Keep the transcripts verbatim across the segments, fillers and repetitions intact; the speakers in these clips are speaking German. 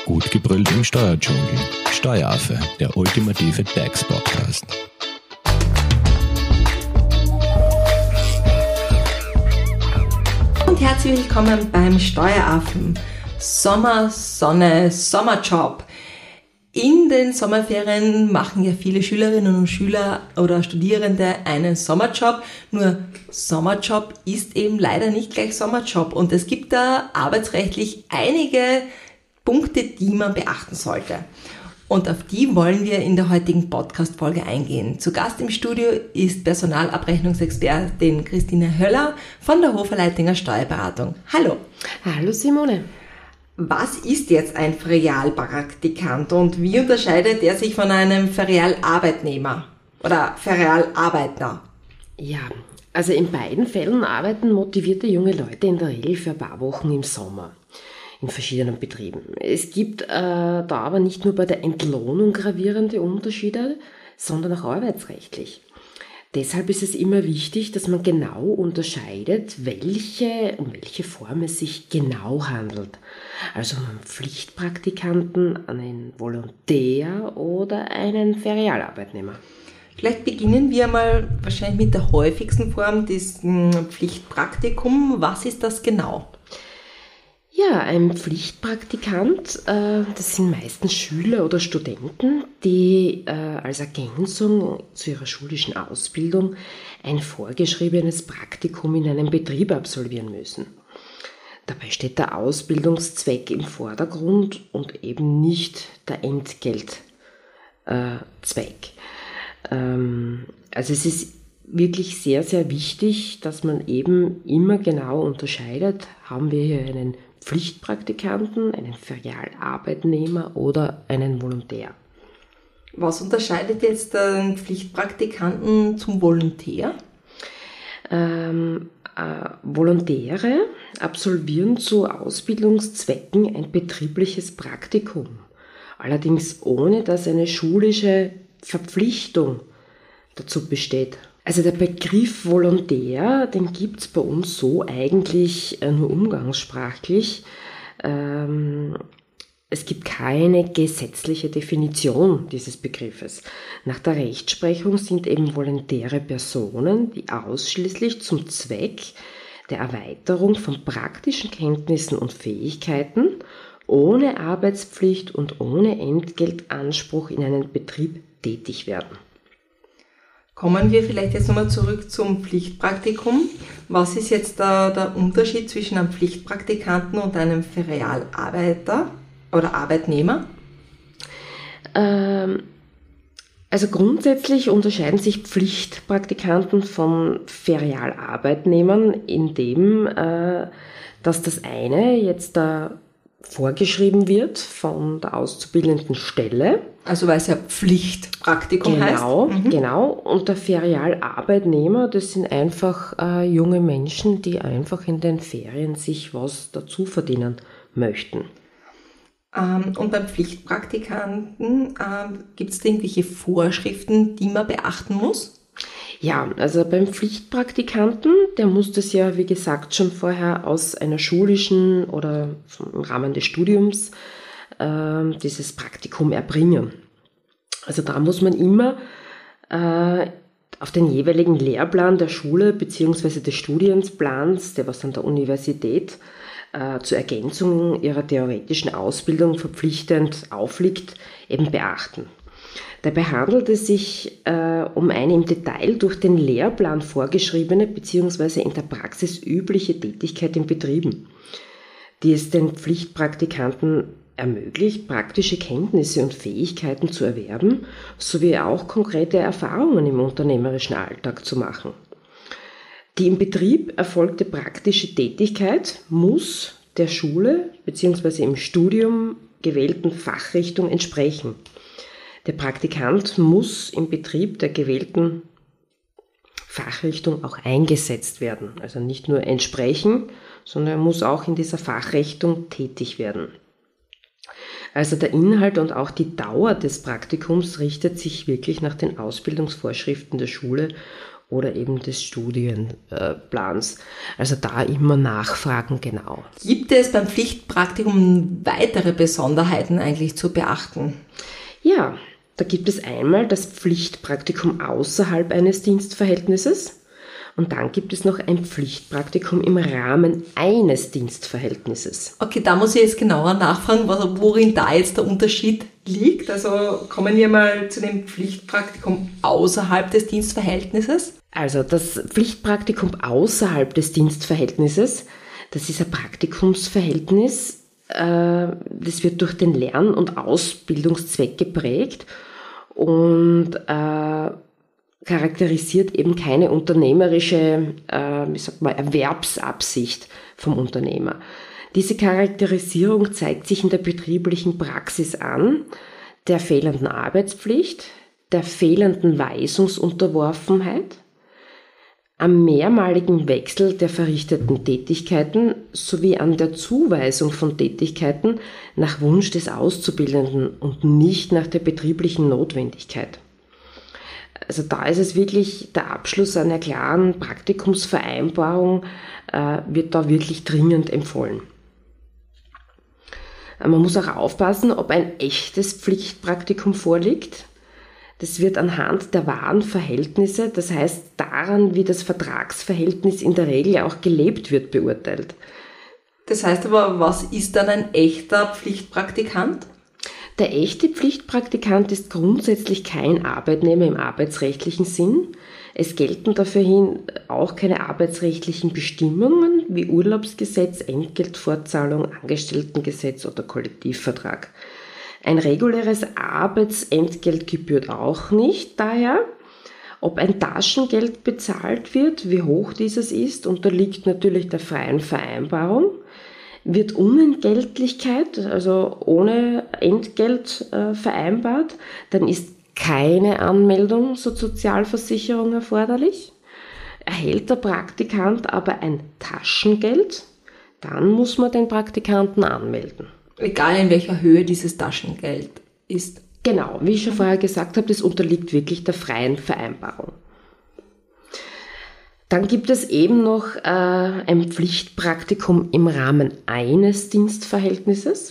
Gut gebrüllt im Steuerdschungel. Steueraffe, der ultimative Tax-Podcast. Und herzlich willkommen beim Steueraffen. Sommer, Sonne, Sommerjob. In den Sommerferien machen ja viele Schülerinnen und Schüler oder Studierende einen Sommerjob. Nur Sommerjob ist eben leider nicht gleich Sommerjob. Und es gibt da arbeitsrechtlich einige Punkte, die man beachten sollte. Und auf die wollen wir in der heutigen Podcast-Folge eingehen. Zu Gast im Studio ist Personalabrechnungsexpertin Christine Höller von der Hofer-Leitinger Steuerberatung. Hallo. Hallo Simone. Was ist jetzt ein Ferialpraktikant und wie unterscheidet er sich von einem Ferialarbeitnehmer oder Ferialarbeiter? Ja, also in beiden Fällen arbeiten motivierte junge Leute in der Regel für ein paar Wochen im Sommer in verschiedenen Betrieben. Es gibt äh, da aber nicht nur bei der Entlohnung gravierende Unterschiede, sondern auch arbeitsrechtlich. Deshalb ist es immer wichtig, dass man genau unterscheidet, welche, um welche Form es sich genau handelt. Also um einen Pflichtpraktikanten, einen Volontär oder einen Ferialarbeitnehmer. Vielleicht beginnen wir mal wahrscheinlich mit der häufigsten Form, des Pflichtpraktikum. Was ist das genau? Ja, ein Pflichtpraktikant, äh, das sind meistens Schüler oder Studenten, die äh, als Ergänzung zu ihrer schulischen Ausbildung ein vorgeschriebenes Praktikum in einem Betrieb absolvieren müssen. Dabei steht der Ausbildungszweck im Vordergrund und eben nicht der Entgeltzweck. Äh, ähm, also es ist wirklich sehr, sehr wichtig, dass man eben immer genau unterscheidet, haben wir hier einen Pflichtpraktikanten, einen Ferialarbeitnehmer oder einen Volontär. Was unterscheidet jetzt den Pflichtpraktikanten zum Volontär? Ähm, äh, Volontäre absolvieren zu Ausbildungszwecken ein betriebliches Praktikum, allerdings ohne dass eine schulische Verpflichtung dazu besteht. Also der Begriff Volontär, den gibt es bei uns so eigentlich nur umgangssprachlich. Ähm, es gibt keine gesetzliche Definition dieses Begriffes. Nach der Rechtsprechung sind eben volontäre Personen, die ausschließlich zum Zweck der Erweiterung von praktischen Kenntnissen und Fähigkeiten ohne Arbeitspflicht und ohne Entgeltanspruch in einem Betrieb tätig werden. Kommen wir vielleicht jetzt nochmal zurück zum Pflichtpraktikum. Was ist jetzt der, der Unterschied zwischen einem Pflichtpraktikanten und einem Ferialarbeiter oder Arbeitnehmer? Ähm, also grundsätzlich unterscheiden sich Pflichtpraktikanten von Ferialarbeitnehmern in dem, äh, dass das eine jetzt da vorgeschrieben wird von der auszubildenden Stelle. Also weil es ja Pflichtpraktikum genau, heißt. Genau, mhm. genau. Und der Ferialarbeitnehmer, das sind einfach äh, junge Menschen, die einfach in den Ferien sich was dazu verdienen möchten. Ähm, und beim Pflichtpraktikanten ähm, gibt es da irgendwelche Vorschriften, die man beachten muss? Ja, also beim Pflichtpraktikanten, der muss das ja, wie gesagt, schon vorher aus einer schulischen oder im Rahmen des Studiums äh, dieses Praktikum erbringen. Also da muss man immer äh, auf den jeweiligen Lehrplan der Schule bzw. des Studienplans, der was an der Universität äh, zur Ergänzung ihrer theoretischen Ausbildung verpflichtend aufliegt, eben beachten. Dabei handelt es sich äh, um eine im Detail durch den Lehrplan vorgeschriebene bzw. in der Praxis übliche Tätigkeit in Betrieben, die es den Pflichtpraktikanten ermöglicht, praktische Kenntnisse und Fähigkeiten zu erwerben, sowie auch konkrete Erfahrungen im unternehmerischen Alltag zu machen. Die im Betrieb erfolgte praktische Tätigkeit muss der Schule bzw. im Studium gewählten Fachrichtung entsprechen. Der Praktikant muss im Betrieb der gewählten Fachrichtung auch eingesetzt werden. Also nicht nur entsprechen, sondern er muss auch in dieser Fachrichtung tätig werden. Also der Inhalt und auch die Dauer des Praktikums richtet sich wirklich nach den Ausbildungsvorschriften der Schule oder eben des Studienplans. Also da immer nachfragen genau. Gibt es beim Pflichtpraktikum weitere Besonderheiten eigentlich zu beachten? Ja, da gibt es einmal das Pflichtpraktikum außerhalb eines Dienstverhältnisses und dann gibt es noch ein Pflichtpraktikum im Rahmen eines Dienstverhältnisses. Okay, da muss ich jetzt genauer nachfragen, worin da jetzt der Unterschied liegt. Also kommen wir mal zu dem Pflichtpraktikum außerhalb des Dienstverhältnisses. Also das Pflichtpraktikum außerhalb des Dienstverhältnisses, das ist ein Praktikumsverhältnis, äh, das wird durch den Lern- und Ausbildungszweck geprägt und äh, charakterisiert eben keine unternehmerische, äh, wie sagt man, Erwerbsabsicht vom Unternehmer. Diese Charakterisierung zeigt sich in der betrieblichen Praxis an, der fehlenden Arbeitspflicht, der fehlenden Weisungsunterworfenheit, am mehrmaligen Wechsel der verrichteten Tätigkeiten sowie an der Zuweisung von Tätigkeiten nach Wunsch des Auszubildenden und nicht nach der betrieblichen Notwendigkeit. Also da ist es wirklich, der Abschluss einer klaren Praktikumsvereinbarung äh, wird da wirklich dringend empfohlen. Man muss auch aufpassen, ob ein echtes Pflichtpraktikum vorliegt. Das wird anhand der wahren Verhältnisse, das heißt daran, wie das Vertragsverhältnis in der Regel auch gelebt wird, beurteilt. Das heißt aber, was ist dann ein echter Pflichtpraktikant? Der echte Pflichtpraktikant ist grundsätzlich kein Arbeitnehmer im arbeitsrechtlichen Sinn. Es gelten dafür auch keine arbeitsrechtlichen Bestimmungen wie Urlaubsgesetz, Entgeltfortzahlung, Angestelltengesetz oder Kollektivvertrag. Ein reguläres Arbeitsentgelt gebührt auch nicht, daher, ob ein Taschengeld bezahlt wird, wie hoch dieses ist, unterliegt natürlich der freien Vereinbarung. Wird Unentgeltlichkeit, also ohne Entgelt äh, vereinbart, dann ist keine Anmeldung zur Sozialversicherung erforderlich. Erhält der Praktikant aber ein Taschengeld, dann muss man den Praktikanten anmelden. Egal in welcher Höhe dieses Taschengeld ist. Genau, wie ich schon vorher gesagt habe, das unterliegt wirklich der freien Vereinbarung. Dann gibt es eben noch äh, ein Pflichtpraktikum im Rahmen eines Dienstverhältnisses.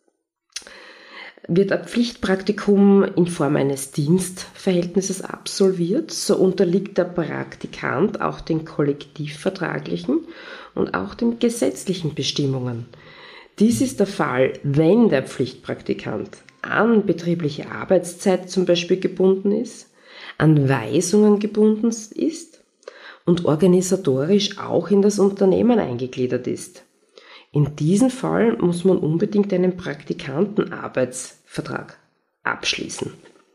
Wird ein Pflichtpraktikum in Form eines Dienstverhältnisses absolviert, so unterliegt der Praktikant auch den kollektivvertraglichen und auch den gesetzlichen Bestimmungen. Dies ist der Fall, wenn der Pflichtpraktikant an betriebliche Arbeitszeit zum Beispiel gebunden ist, an Weisungen gebunden ist und organisatorisch auch in das Unternehmen eingegliedert ist. In diesem Fall muss man unbedingt einen Praktikantenarbeitsvertrag abschließen.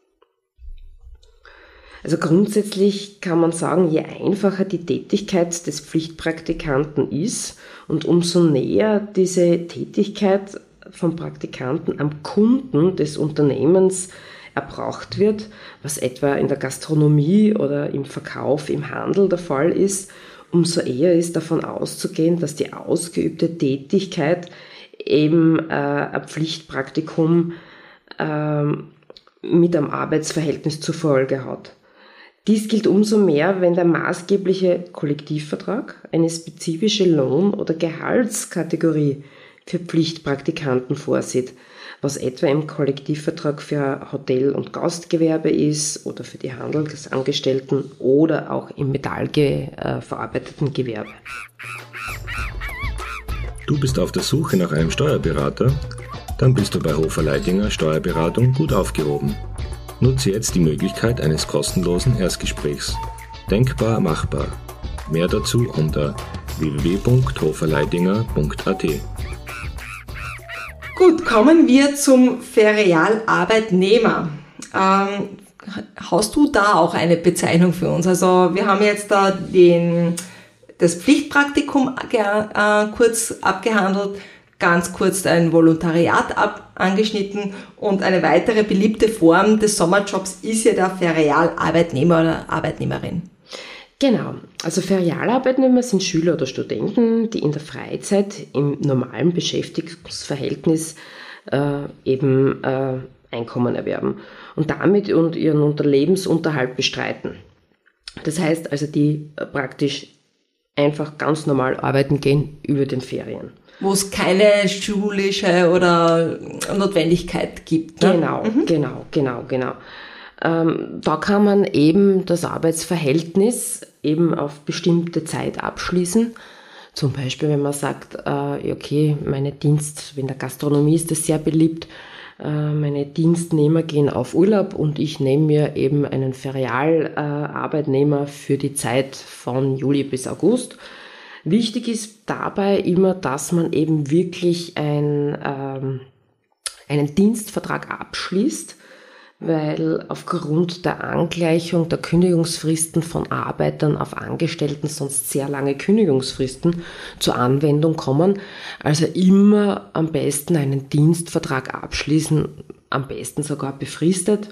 Also grundsätzlich kann man sagen, je einfacher die Tätigkeit des Pflichtpraktikanten ist und umso näher diese Tätigkeit vom Praktikanten am Kunden des Unternehmens erbracht wird, was etwa in der Gastronomie oder im Verkauf, im Handel der Fall ist, umso eher ist davon auszugehen, dass die ausgeübte Tätigkeit eben äh, ein Pflichtpraktikum äh, mit einem Arbeitsverhältnis zur Folge hat. Dies gilt umso mehr, wenn der maßgebliche Kollektivvertrag eine spezifische Lohn- oder Gehaltskategorie für Pflichtpraktikanten vorsieht, was etwa im Kollektivvertrag für Hotel- und Gastgewerbe ist oder für die Handelsangestellten oder auch im metallverarbeiteten Gewerbe. Du bist auf der Suche nach einem Steuerberater? Dann bist du bei Hofer Leidinger Steuerberatung gut aufgehoben. Nutze jetzt die Möglichkeit eines kostenlosen Erstgesprächs. Denkbar machbar. Mehr dazu unter w w w punkt hoferleidinger punkt a t. Gut, kommen wir zum Ferialarbeitnehmer. Ähm, hast du da auch eine Bezeichnung für uns? Also wir haben jetzt da den, das Pflichtpraktikum äh, kurz abgehandelt, ganz kurz ein Volontariat ab, angeschnitten und eine weitere beliebte Form des Sommerjobs ist ja der Ferialarbeitnehmer oder Arbeitnehmerin. Genau, also Ferialarbeitnehmer sind Schüler oder Studenten, die in der Freizeit im normalen Beschäftigungsverhältnis äh, eben äh, Einkommen erwerben und damit und ihren Lebensunterhalt bestreiten. Das heißt also, die praktisch einfach ganz normal arbeiten gehen über den Ferien. Wo es keine schulische oder Notwendigkeit gibt. Ne? Genau, mhm. genau, genau, genau. Ähm, da kann man eben das Arbeitsverhältnis eben auf bestimmte Zeit abschließen. Zum Beispiel, wenn man sagt, äh, okay, meine Dienst, in der Gastronomie ist das sehr beliebt, äh, meine Dienstnehmer gehen auf Urlaub und ich nehme mir eben einen Ferialarbeitnehmer äh, für die Zeit von Juli bis August. Wichtig ist dabei immer, dass man eben wirklich ein, ähm, einen Dienstvertrag abschließt, weil aufgrund der Angleichung der Kündigungsfristen von Arbeitern auf Angestellten sonst sehr lange Kündigungsfristen zur Anwendung kommen. Also immer am besten einen Dienstvertrag abschließen, am besten sogar befristet.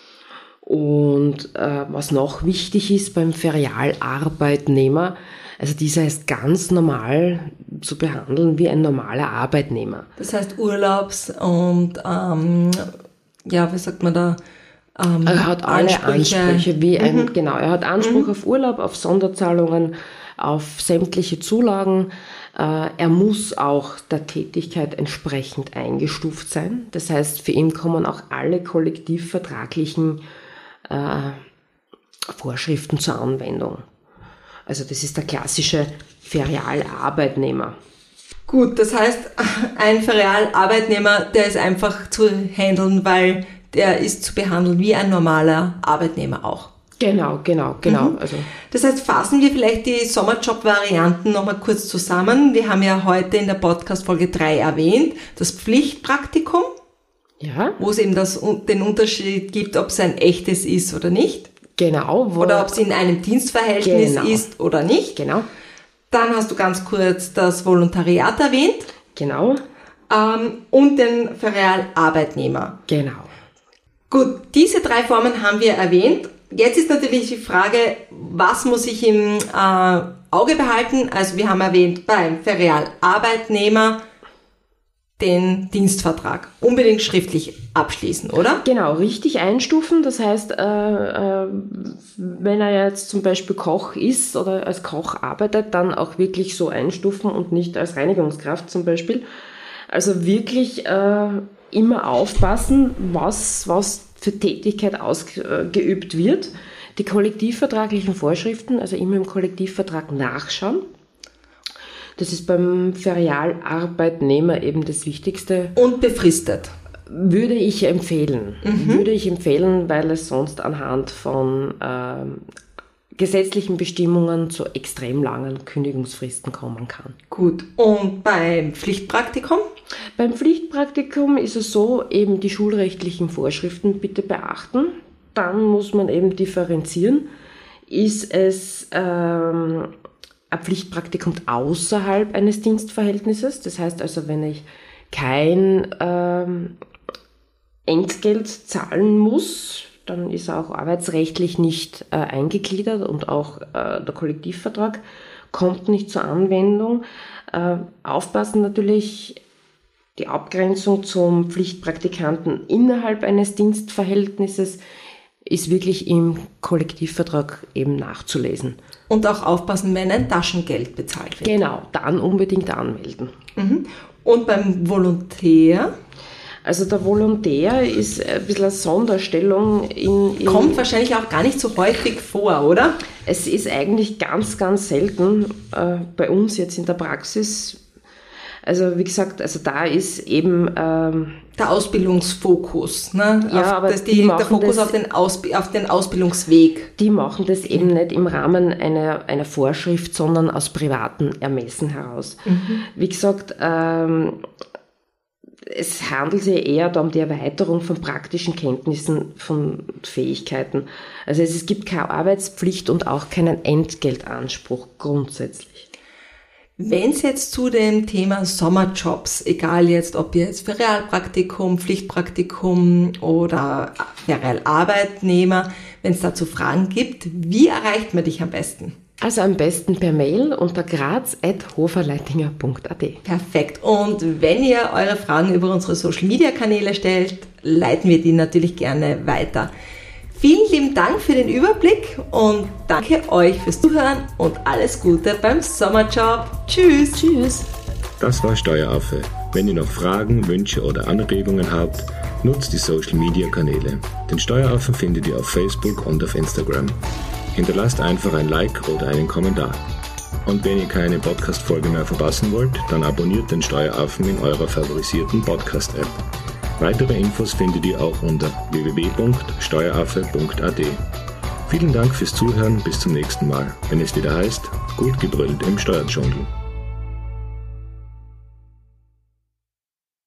Und äh, was noch wichtig ist beim Ferialarbeitnehmer, also dieser ist ganz normal zu behandeln wie ein normaler Arbeitnehmer. Das heißt Urlaubs- und ähm, ja, wie sagt man da? Ähm, er hat alle Ansprüche, Ansprüche wie ein, mhm. genau, er hat Anspruch mhm. auf Urlaub, auf Sonderzahlungen, auf sämtliche Zulagen. Äh, er muss auch der Tätigkeit entsprechend eingestuft sein. Das heißt, für ihn kommen auch alle kollektivvertraglichen äh, Vorschriften zur Anwendung. Also das ist der klassische Ferialarbeitnehmer. Gut, das heißt, ein Ferialarbeitnehmer, der ist einfach zu handeln, weil der ist zu behandeln wie ein normaler Arbeitnehmer auch. Genau, genau, genau. Mhm. Also das heißt, fassen wir vielleicht die Sommerjob-Varianten nochmal kurz zusammen. Wir haben ja heute in der Podcast-Folge drei erwähnt, das Pflichtpraktikum, ja. wo es eben das, den Unterschied gibt, ob es ein echtes ist oder nicht. Genau. Oder ob es in einem Dienstverhältnis genau. ist oder nicht. Genau. Dann hast du ganz kurz das Volontariat erwähnt. Genau. Ähm, und den Ferialarbeitnehmer. Genau. Gut, diese drei Formen haben wir erwähnt. Jetzt ist natürlich die Frage, was muss ich im äh, Auge behalten? Also wir haben erwähnt, beim Ferialarbeitnehmer den Dienstvertrag unbedingt schriftlich abschließen, oder? Genau, richtig einstufen. Das heißt, äh, äh, wenn er jetzt zum Beispiel Koch ist oder als Koch arbeitet, dann auch wirklich so einstufen und nicht als Reinigungskraft zum Beispiel. Also wirklich äh, immer aufpassen, was, was für Tätigkeit ausgeübt wird. Die kollektivvertraglichen Vorschriften, also immer im Kollektivvertrag nachschauen. Das ist beim Ferialarbeitnehmer eben das Wichtigste. Und befristet. Würde ich empfehlen. Mhm. Würde ich empfehlen, weil es sonst anhand von äh, gesetzlichen Bestimmungen zu extrem langen Kündigungsfristen kommen kann. Gut. Und beim Pflichtpraktikum? Beim Pflichtpraktikum ist es so, eben die schulrechtlichen Vorschriften bitte beachten. Dann muss man eben differenzieren. Ist es ähm, ein Pflichtpraktikum außerhalb eines Dienstverhältnisses? Das heißt also, wenn ich kein ähm, Entgelt zahlen muss, dann ist er auch arbeitsrechtlich nicht äh, eingegliedert und auch äh, der Kollektivvertrag kommt nicht zur Anwendung. Äh, aufpassen natürlich, die Abgrenzung zum Pflichtpraktikanten innerhalb eines Dienstverhältnisses ist wirklich im Kollektivvertrag eben nachzulesen. Und auch aufpassen, wenn ein Taschengeld bezahlt wird. Genau, dann unbedingt anmelden. Mhm. Und beim Volontär? Also der Volontär ist ein bisschen eine Sonderstellung. In, in Kommt wahrscheinlich auch gar nicht so häufig vor, oder? Es ist eigentlich ganz, ganz selten äh, bei uns jetzt in der Praxis. Also wie gesagt, also da ist eben ähm, der Ausbildungsfokus, ne? Ja, auf aber das, die die, machen der Fokus das, auf den, Ausb- auf den Ausbildungsweg. Die machen das eben nicht im Rahmen einer, einer Vorschrift, sondern aus privaten Ermessen heraus. Mhm. Wie gesagt, ähm, es handelt sich eher da um die Erweiterung von praktischen Kenntnissen, von Fähigkeiten. Also es, es gibt keine Arbeitspflicht und auch keinen Entgeltanspruch grundsätzlich. Wenn es jetzt zu dem Thema Sommerjobs, egal jetzt, ob jetzt Ferialpraktikum, Pflichtpraktikum oder Ferialarbeitnehmer, wenn es dazu Fragen gibt, wie erreicht man dich am besten? Also am besten per Mail unter graz at hoferleitinger punkt a t. Perfekt. Und wenn ihr eure Fragen über unsere Social-Media-Kanäle stellt, leiten wir die natürlich gerne weiter. Vielen lieben Dank für den Überblick und danke euch fürs Zuhören und alles Gute beim Sommerjob. Tschüss. Tschüss. Das war Steueraffe. Wenn ihr noch Fragen, Wünsche oder Anregungen habt, nutzt die Social Media Kanäle. Den Steueraffen findet ihr auf Facebook und auf Instagram. Hinterlasst einfach ein Like oder einen Kommentar. Und wenn ihr keine Podcast-Folge mehr verpassen wollt, dann abonniert den Steueraffen in eurer favorisierten Podcast-App. Weitere Infos findet ihr auch unter w w w punkt steueraffe punkt a d. Vielen Dank fürs Zuhören, bis zum nächsten Mal, wenn es wieder heißt, gut gebrüllt im Steuerdschungel.